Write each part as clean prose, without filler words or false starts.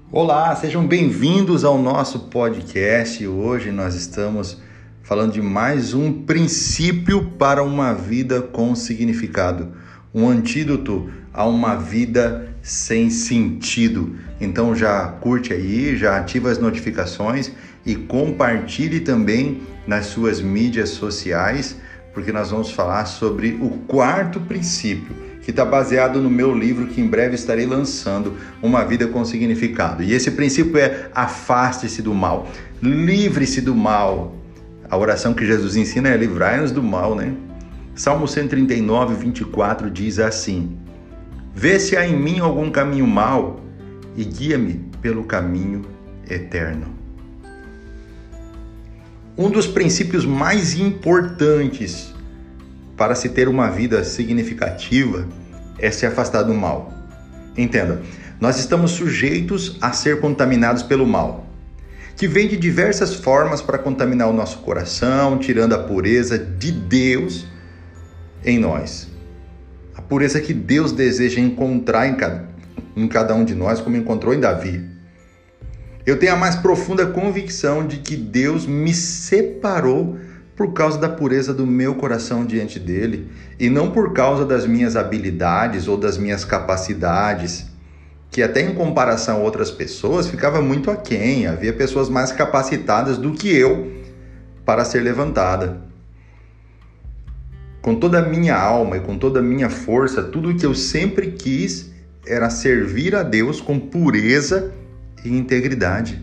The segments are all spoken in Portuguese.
Olá, sejam bem-vindos ao nosso podcast. Hoje nós estamos falando de mais um princípio para uma vida com significado, um antídoto a uma vida sem sentido. Então já curte aí, já ativa as notificações e compartilhe também nas suas mídias sociais, porque nós vamos falar sobre o quarto princípio, que está baseado no meu livro que em breve estarei lançando, Uma Vida com Significado. E esse princípio é: afaste-se do mal, livre-se do mal. A oração que Jesus ensina é: livrai-nos do mal, né? Salmo 139, 24 diz assim: vê se há em mim algum caminho mau e guia-me pelo caminho eterno. Um dos princípios mais importantes para se ter uma vida significativa é se afastar do mal. Entenda, nós estamos sujeitos a ser contaminados pelo mal, que vem de diversas formas para contaminar o nosso coração, tirando a pureza de Deus em nós. A pureza que Deus deseja encontrar em cada um de nós, como encontrou em Davi. Eu tenho a mais profunda convicção de que Deus me separou por causa da pureza do meu coração diante dele, e não por causa das minhas habilidades ou das minhas capacidades, que até em comparação a outras pessoas ficava muito aquém. Havia pessoas mais capacitadas do que eu para ser levantada. Com toda a minha alma e com toda a minha força, tudo o que eu sempre quis era servir a Deus com pureza e integridade.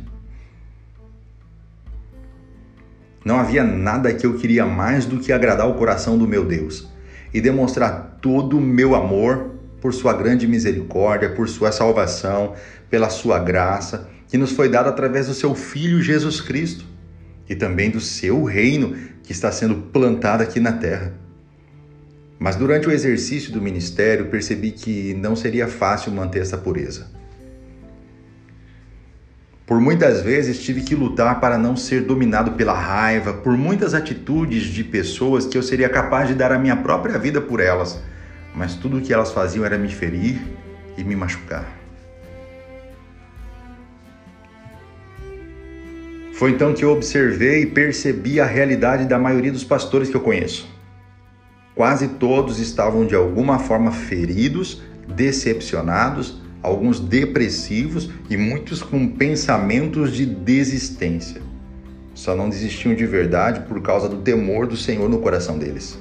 Não havia nada que eu queria mais do que agradar o coração do meu Deus e demonstrar todo o meu amor por sua grande misericórdia, por sua salvação, pela sua graça, que nos foi dada através do seu Filho Jesus Cristo e também do seu reino que está sendo plantado aqui na terra. Mas durante o exercício do ministério, percebi que não seria fácil manter essa pureza. Por muitas vezes tive que lutar para não ser dominado pela raiva, por muitas atitudes de pessoas que eu seria capaz de dar a minha própria vida por elas, mas tudo o que elas faziam era me ferir e me machucar. Foi então que eu observei e percebi a realidade da maioria dos pastores que eu conheço. Quase todos estavam de alguma forma feridos, decepcionados, alguns depressivos e muitos com pensamentos de desistência. Só não desistiam de verdade por causa do temor do Senhor no coração deles.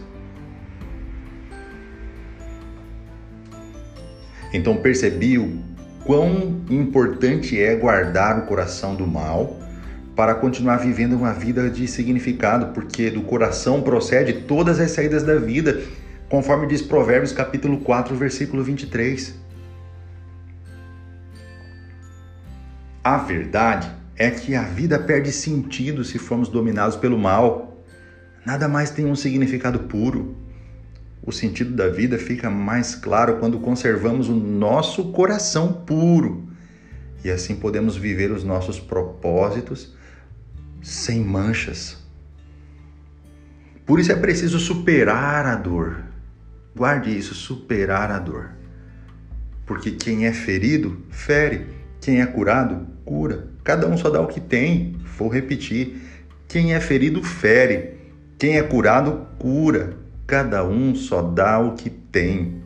Então percebi o quão importante é guardar o coração do mal para continuar vivendo uma vida de significado, porque do coração procede todas as saídas da vida, conforme diz Provérbios capítulo 4, versículo 23. A verdade é que a vida perde sentido se formos dominados pelo mal. Nada mais tem um significado puro. O sentido da vida fica mais claro quando conservamos o nosso coração puro. E assim podemos viver os nossos propósitos sem manchas. Por isso é preciso superar a dor. Guarde isso, superar a dor. Porque quem é ferido, fere. Quem é curado, cura. Cada um só dá o que tem. Vou repetir. Quem é ferido, fere. Quem é curado, cura. Cada um só dá o que tem.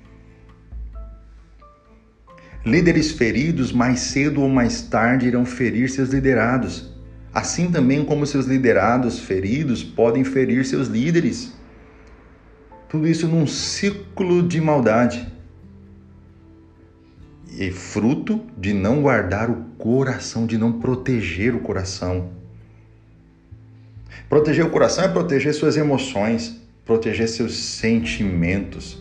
Líderes feridos, mais cedo ou mais tarde, irão ferir seus liderados. Assim também como seus liderados feridos podem ferir seus líderes. Tudo isso num ciclo de maldade. E fruto de não guardar o coração, de não proteger o coração. Proteger o coração é proteger suas emoções, proteger seus sentimentos.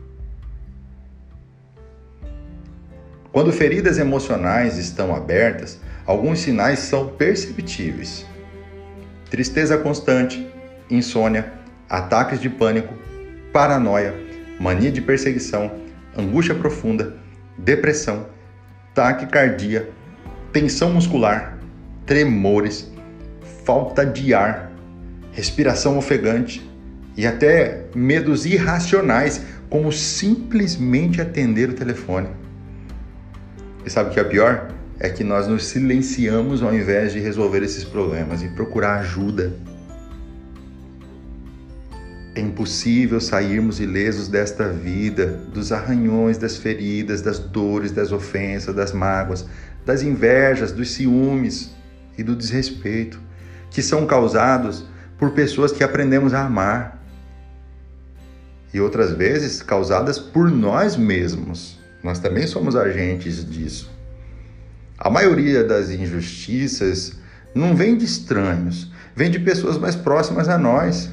Quando feridas emocionais estão abertas, alguns sinais são perceptíveis: tristeza constante, insônia, ataques de pânico, paranoia, mania de perseguição, angústia profunda, depressão, taquicardia, tensão muscular, tremores, falta de ar, respiração ofegante e até medos irracionais, como simplesmente atender o telefone. E sabe o que é pior? é que nós nos silenciamos ao invés de resolver esses problemas e procurar ajuda. É impossível sairmos ilesos desta vida, dos arranhões, das feridas, das dores, das ofensas, das mágoas, das invejas, dos ciúmes e do desrespeito, que são causados por pessoas que aprendemos a amar e outras vezes causadas por nós mesmos. Nós também somos agentes disso. A maioria das injustiças não vem de estranhos, vem de pessoas mais próximas a nós.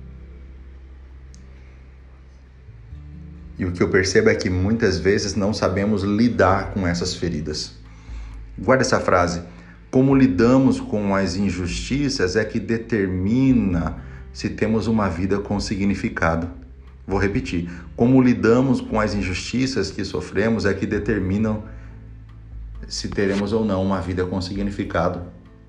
E o que eu percebo é que muitas vezes não sabemos lidar com essas feridas. Guarda essa frase. Como lidamos com as injustiças é que determina se temos uma vida com significado. Vou repetir. Como lidamos com as injustiças que sofremos é que determinam se teremos ou não uma vida com significado.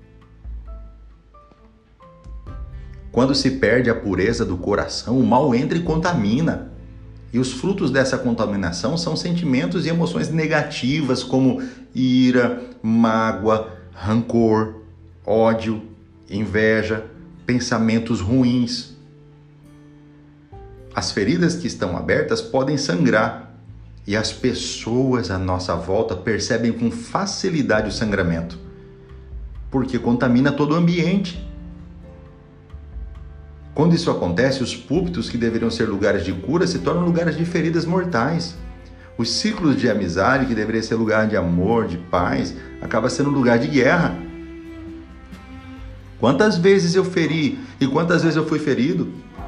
Quando se perde a pureza do coração, o mal entra e contamina. E os frutos dessa contaminação são sentimentos e emoções negativas como ira, mágoa, rancor, ódio, inveja, pensamentos ruins. As feridas que estão abertas podem sangrar e as pessoas à nossa volta percebem com facilidade o sangramento, porque contamina todo o ambiente. Quando isso acontece, os púlpitos que deveriam ser lugares de cura se tornam lugares de feridas mortais. Os ciclos de amizade, que deveria ser lugar de amor, de paz, acaba sendo lugar de guerra. Quantas vezes eu feri e quantas vezes eu fui ferido?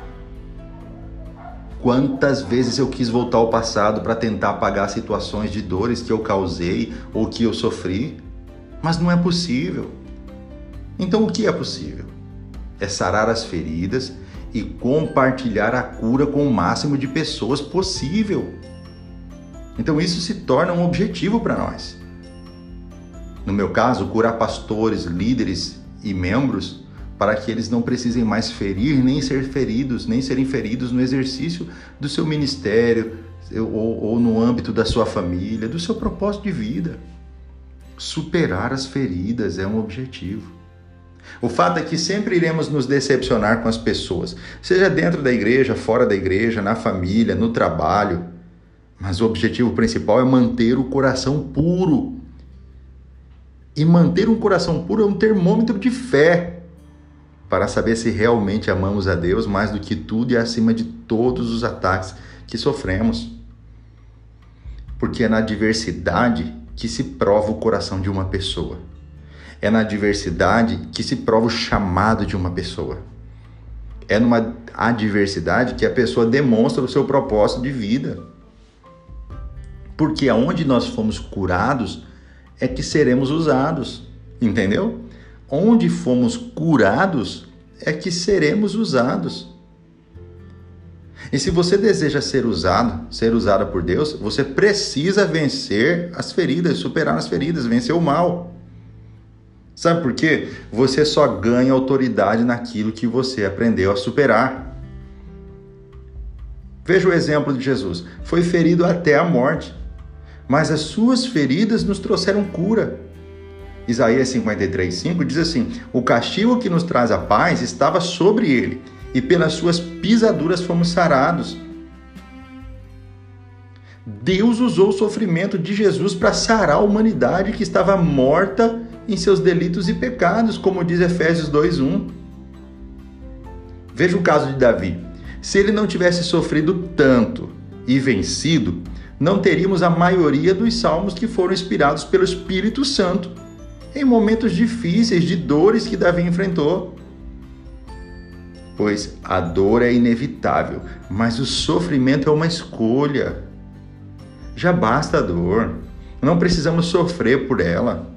Quantas vezes eu quis voltar ao passado para tentar apagar situações de dores que eu causei ou que eu sofri? Mas não é possível. Então o que é possível? É sarar as feridas e compartilhar a cura com o máximo de pessoas possível. Então isso se torna um objetivo para nós. No meu caso, curar pastores, líderes e membros para que eles não precisem mais ferir, nem serem feridos no exercício do seu ministério ou no âmbito da sua família, do seu propósito de vida. Superar as feridas é um objetivo. O fato é que sempre iremos nos decepcionar com as pessoas, seja dentro da igreja, fora da igreja, na família, no trabalho. Mas o objetivo principal é manter o coração puro. E manter um coração puro é um termômetro de fé, para saber se realmente amamos a Deus mais do que tudo e acima de todos os ataques que sofremos. Porque é na adversidade que se prova o coração de uma pessoa. É na adversidade que se prova o chamado de uma pessoa. É numa adversidade que a pessoa demonstra o seu propósito de vida. Porque aonde nós fomos curados é que seremos usados. Entendeu? Onde fomos curados é que seremos usados. E se você deseja ser usada por Deus, você precisa vencer as feridas, superar as feridas, vencer o mal. Sabe por quê? Você só ganha autoridade naquilo que você aprendeu a superar. Veja o exemplo de Jesus. Foi ferido até a morte, mas as suas feridas nos trouxeram cura. Isaías 53:5 diz assim: o castigo que nos traz a paz estava sobre ele, e pelas suas pisaduras fomos sarados. Deus usou o sofrimento de Jesus para sarar a humanidade que estava morta em seus delitos e pecados, como diz Efésios 2:1. Veja o caso de Davi. Se ele não tivesse sofrido tanto e vencido, não teríamos a maioria dos salmos que foram inspirados pelo Espírito Santo em momentos difíceis de dores que Davi enfrentou. Pois a dor é inevitável, mas o sofrimento é uma escolha. Já basta a dor, não precisamos sofrer por ela.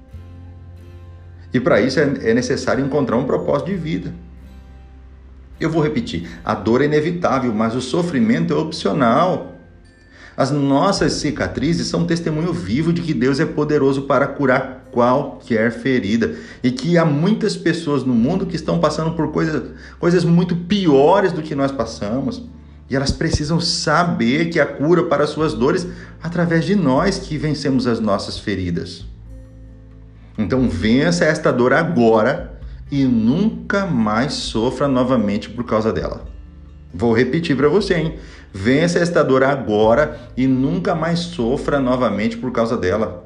E para isso é necessário encontrar um propósito de vida. Eu vou repetir, a dor é inevitável, mas o sofrimento é opcional. As nossas cicatrizes são um testemunho vivo de que Deus é poderoso para curar qualquer ferida e que há muitas pessoas no mundo que estão passando por coisas muito piores do que nós passamos. E elas precisam saber que a cura para suas dores através de nós que vencemos as nossas feridas. Então vença esta dor agora e nunca mais sofra novamente por causa dela. Vou repetir para você, hein? Vença esta dor agora e nunca mais sofra novamente por causa dela.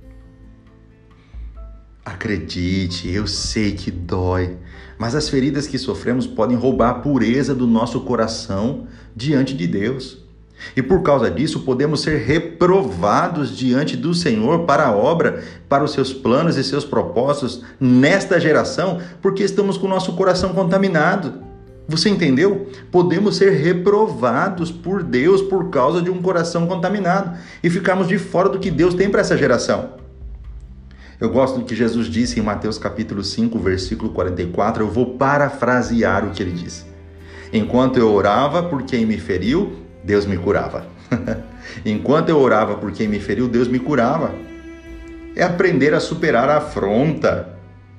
Acredite, eu sei que dói, mas as feridas que sofremos podem roubar a pureza do nosso coração diante de Deus. E por causa disso, podemos ser reprovados diante do Senhor para a obra, para os seus planos e seus propósitos nesta geração, porque estamos com o nosso coração contaminado. Você entendeu? Podemos ser reprovados por Deus por causa de um coração contaminado e ficarmos de fora do que Deus tem para essa geração. Eu gosto do que Jesus disse em Mateus capítulo 5, versículo 44. Eu vou parafrasear o que ele disse. Enquanto eu orava por quem me feriu, Deus me curava. Enquanto eu orava por quem me feriu, Deus me curava. É aprender a superar a afronta.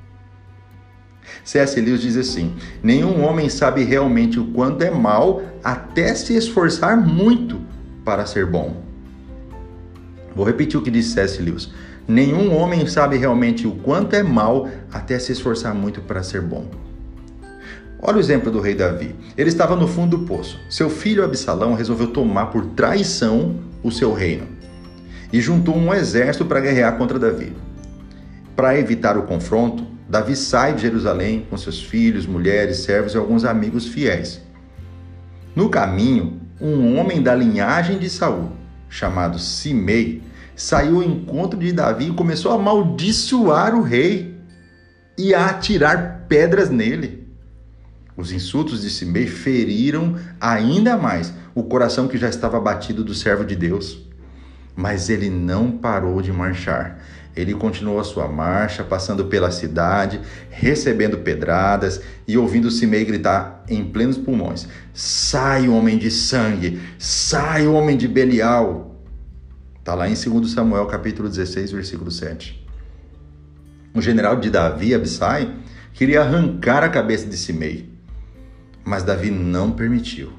C.S. Lewis diz assim: nenhum homem sabe realmente o quanto é mal até se esforçar muito para ser bom. Vou repetir o que disse C.S. Lewis. Nenhum homem sabe realmente o quanto é mal até se esforçar muito para ser bom. Olha o exemplo do rei Davi. Ele estava no fundo do poço. Seu filho Absalão resolveu tomar por traição o seu reino e juntou um exército para guerrear contra Davi. Para evitar o confronto, Davi sai de Jerusalém com seus filhos, mulheres, servos e alguns amigos fiéis. No caminho, um homem da linhagem de Saul, chamado Simei, saiu ao encontro de Davi e começou a amaldiçoar o rei e a atirar pedras nele. Os insultos de Simei feriram ainda mais o coração que já estava abatido do servo de Deus. Mas ele não parou de marchar. Ele continuou a sua marcha, passando pela cidade, recebendo pedradas e ouvindo Simei gritar em plenos pulmões: sai, homem de sangue! Sai, homem de Belial! Está lá em 2 Samuel, capítulo 16, versículo 7. O general de Davi, Abissai, queria arrancar a cabeça de Simei, mas Davi não permitiu.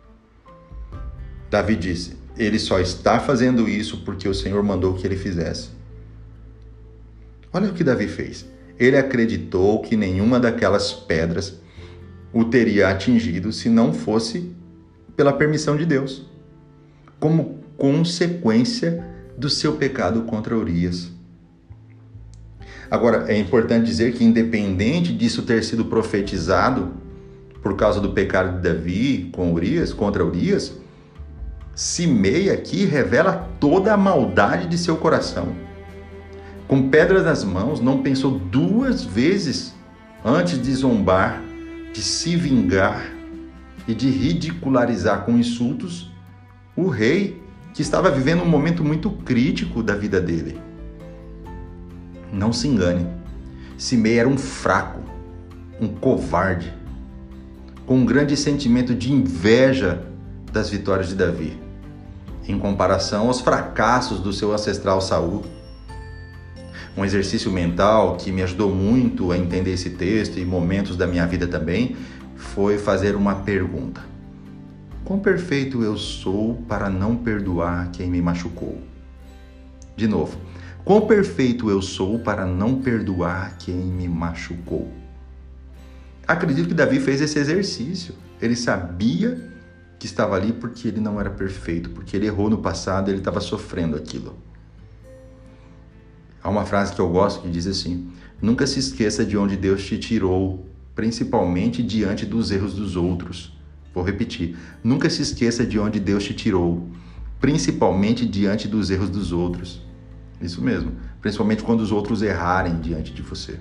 Davi disse: ele só está fazendo isso porque o Senhor mandou que ele fizesse. Olha o que Davi fez. Ele acreditou que nenhuma daquelas pedras o teria atingido se não fosse pela permissão de Deus, como consequência do seu pecado contra Urias. Agora, é importante dizer que, independente disso ter sido profetizado por causa do pecado de Davi com Urias, contra Urias, Simei aqui revela toda a maldade de seu coração. Com pedras nas mãos, não pensou duas vezes antes de zombar, de se vingar e de ridicularizar com insultos o rei que estava vivendo um momento muito crítico da vida dele. Não se engane, Simei era um fraco, um covarde, com um grande sentimento de inveja das vitórias de Davi, em comparação aos fracassos do seu ancestral Saul. Um exercício mental que me ajudou muito a entender esse texto e momentos da minha vida também foi fazer uma pergunta: quão perfeito eu sou para não perdoar quem me machucou? De novo, quão perfeito eu sou para não perdoar quem me machucou? Acredito que Davi fez esse exercício. Ele sabia que estava ali porque ele não era perfeito, porque ele errou no passado e ele estava sofrendo aquilo. Há uma frase que eu gosto que diz assim: nunca se esqueça de onde Deus te tirou, principalmente diante dos erros dos outros. Vou repetir: nunca se esqueça de onde Deus te tirou, principalmente diante dos erros dos outros. Isso mesmo, principalmente quando os outros errarem diante de você.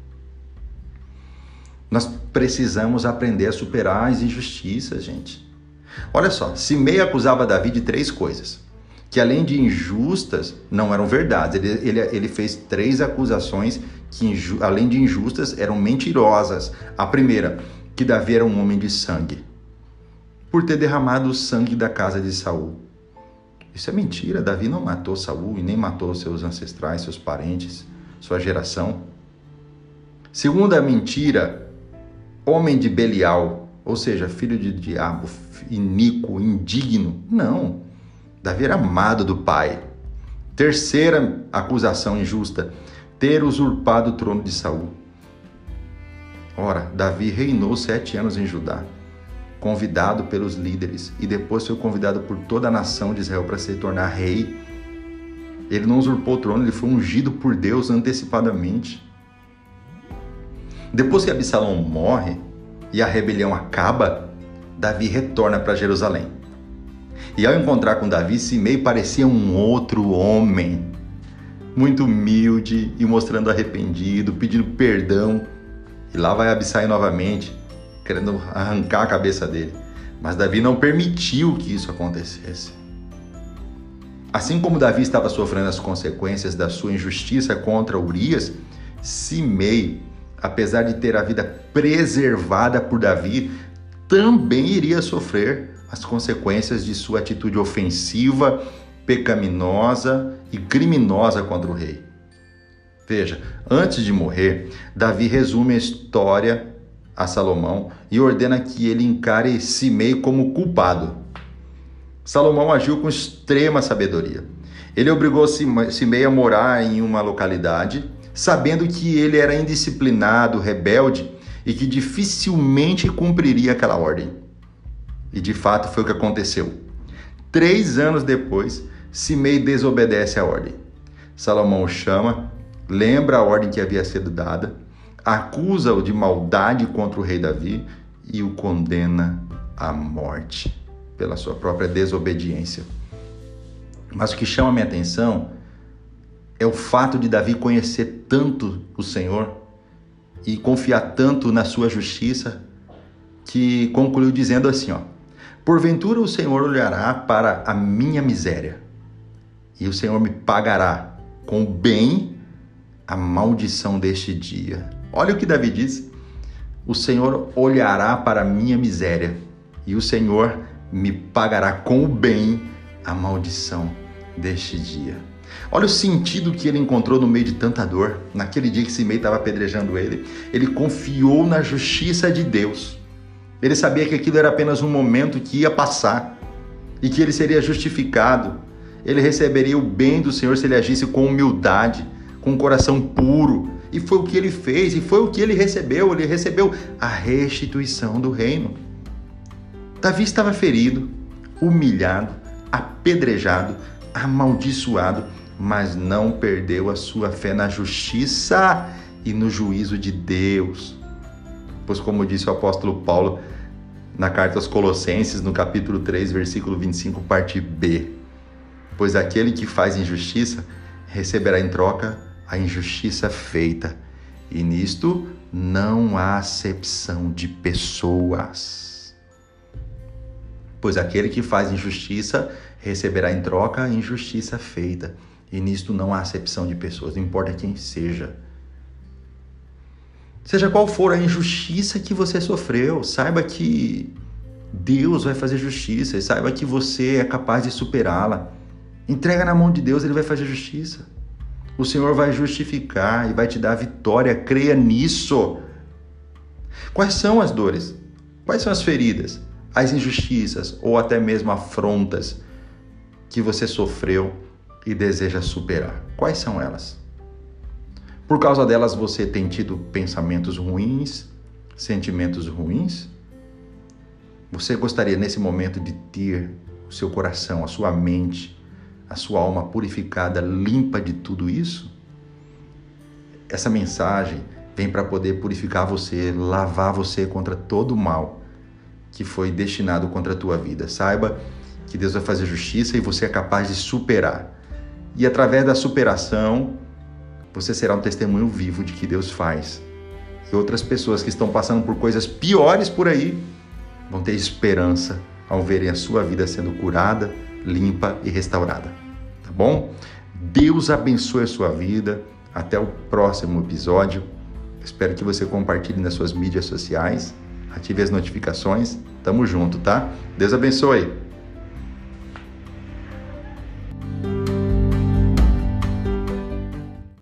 Nós precisamos aprender a superar as injustiças, gente. Olha só, Simei acusava Davi de 3 coisas, que além de injustas, não eram verdades. Ele fez 3 acusações que, além de injustas, eram mentirosas. A primeira, que Davi era um homem de sangue, por ter derramado o sangue da casa de Saul. Isso é mentira. Davi não matou Saul e nem matou seus ancestrais, seus parentes, sua geração. Segunda mentira, homem de Belial, ou seja, filho de diabo, iníquo, indigno. Não, Davi era amado do pai. Terceira acusação injusta, ter usurpado o trono de Saul. Ora, Davi reinou 7 anos em Judá, convidado pelos líderes, e depois foi convidado por toda a nação de Israel para se tornar rei. Ele não usurpou o trono, ele foi ungido por Deus antecipadamente. Depois que Absalão morre e a rebelião acaba, Davi retorna para Jerusalém. E ao encontrar com Davi, Simei parecia um outro homem, muito humilde e mostrando arrependido, pedindo perdão. E lá vai Abissai novamente, querendo arrancar a cabeça dele. Mas Davi não permitiu que isso acontecesse. Assim como Davi estava sofrendo as consequências da sua injustiça contra Urias, Simei, apesar de ter a vida preservada por Davi, também iria sofrer as consequências de sua atitude ofensiva, pecaminosa e criminosa contra o rei. Veja, antes de morrer, Davi resume a história a Salomão e ordena que ele encare Simei como culpado. Salomão agiu com extrema sabedoria. Ele obrigou Simei a morar em uma localidade, sabendo que ele era indisciplinado, rebelde e que dificilmente cumpriria aquela ordem. E de fato foi o que aconteceu. 3 anos depois, Simei desobedece à ordem. Salomão o chama, lembra a ordem que havia sido dada, acusa-o de maldade contra o rei Davi e o condena à morte pela sua própria desobediência. Mas o que chama a minha atenção é o fato de Davi conhecer tanto o Senhor e confiar tanto na sua justiça, que concluiu dizendo assim, porventura o Senhor olhará para a minha miséria e o Senhor me pagará com bem a maldição deste dia. Olha o que Davi diz: o Senhor olhará para a minha miséria e o Senhor me pagará com o bem a maldição deste dia. Olha o sentido que ele encontrou no meio de tanta dor. Naquele dia que Simei estava apedrejando ele, ele confiou na justiça de Deus. Ele sabia que aquilo era apenas um momento que ia passar e que ele seria justificado. Ele receberia o bem do Senhor se ele agisse com humildade, com um coração puro. E foi o que ele fez, e foi o que ele recebeu. Ele recebeu a restituição do reino. Davi estava ferido, humilhado, apedrejado, amaldiçoado, mas não perdeu a sua fé na justiça e no juízo de Deus. Pois como disse o apóstolo Paulo na carta aos Colossenses, no capítulo 3, versículo 25, parte B: pois aquele que faz injustiça receberá em troca a injustiça feita, e nisto não há acepção de pessoas. Pois aquele que faz injustiça receberá em troca a injustiça feita, e nisto não há acepção de pessoas, não importa quem seja. Seja qual for a injustiça que você sofreu, saiba que Deus vai fazer justiça, e saiba que você é capaz de superá-la. Entrega na mão de Deus, Ele vai fazer justiça. O Senhor vai justificar e vai te dar a vitória, creia nisso. Quais são as dores? Quais são as feridas? As injustiças ou até mesmo afrontas que você sofreu e deseja superar? Quais são elas? Por causa delas você tem tido pensamentos ruins, sentimentos ruins? Você gostaria nesse momento de ter o seu coração, a sua mente, a sua alma purificada, limpa de tudo isso? Essa mensagem vem para poder purificar você, lavar você contra todo o mal que foi destinado contra a tua vida. Saiba que Deus vai fazer justiça e você é capaz de superar. E através da superação, você será um testemunho vivo de que Deus faz. E outras pessoas que estão passando por coisas piores por aí vão ter esperança ao verem a sua vida sendo curada, limpa e restaurada. Tá bom? Deus abençoe a sua vida. Até o próximo episódio. Espero que você compartilhe nas suas mídias sociais. Ative as notificações. Tamo junto, tá? Deus abençoe.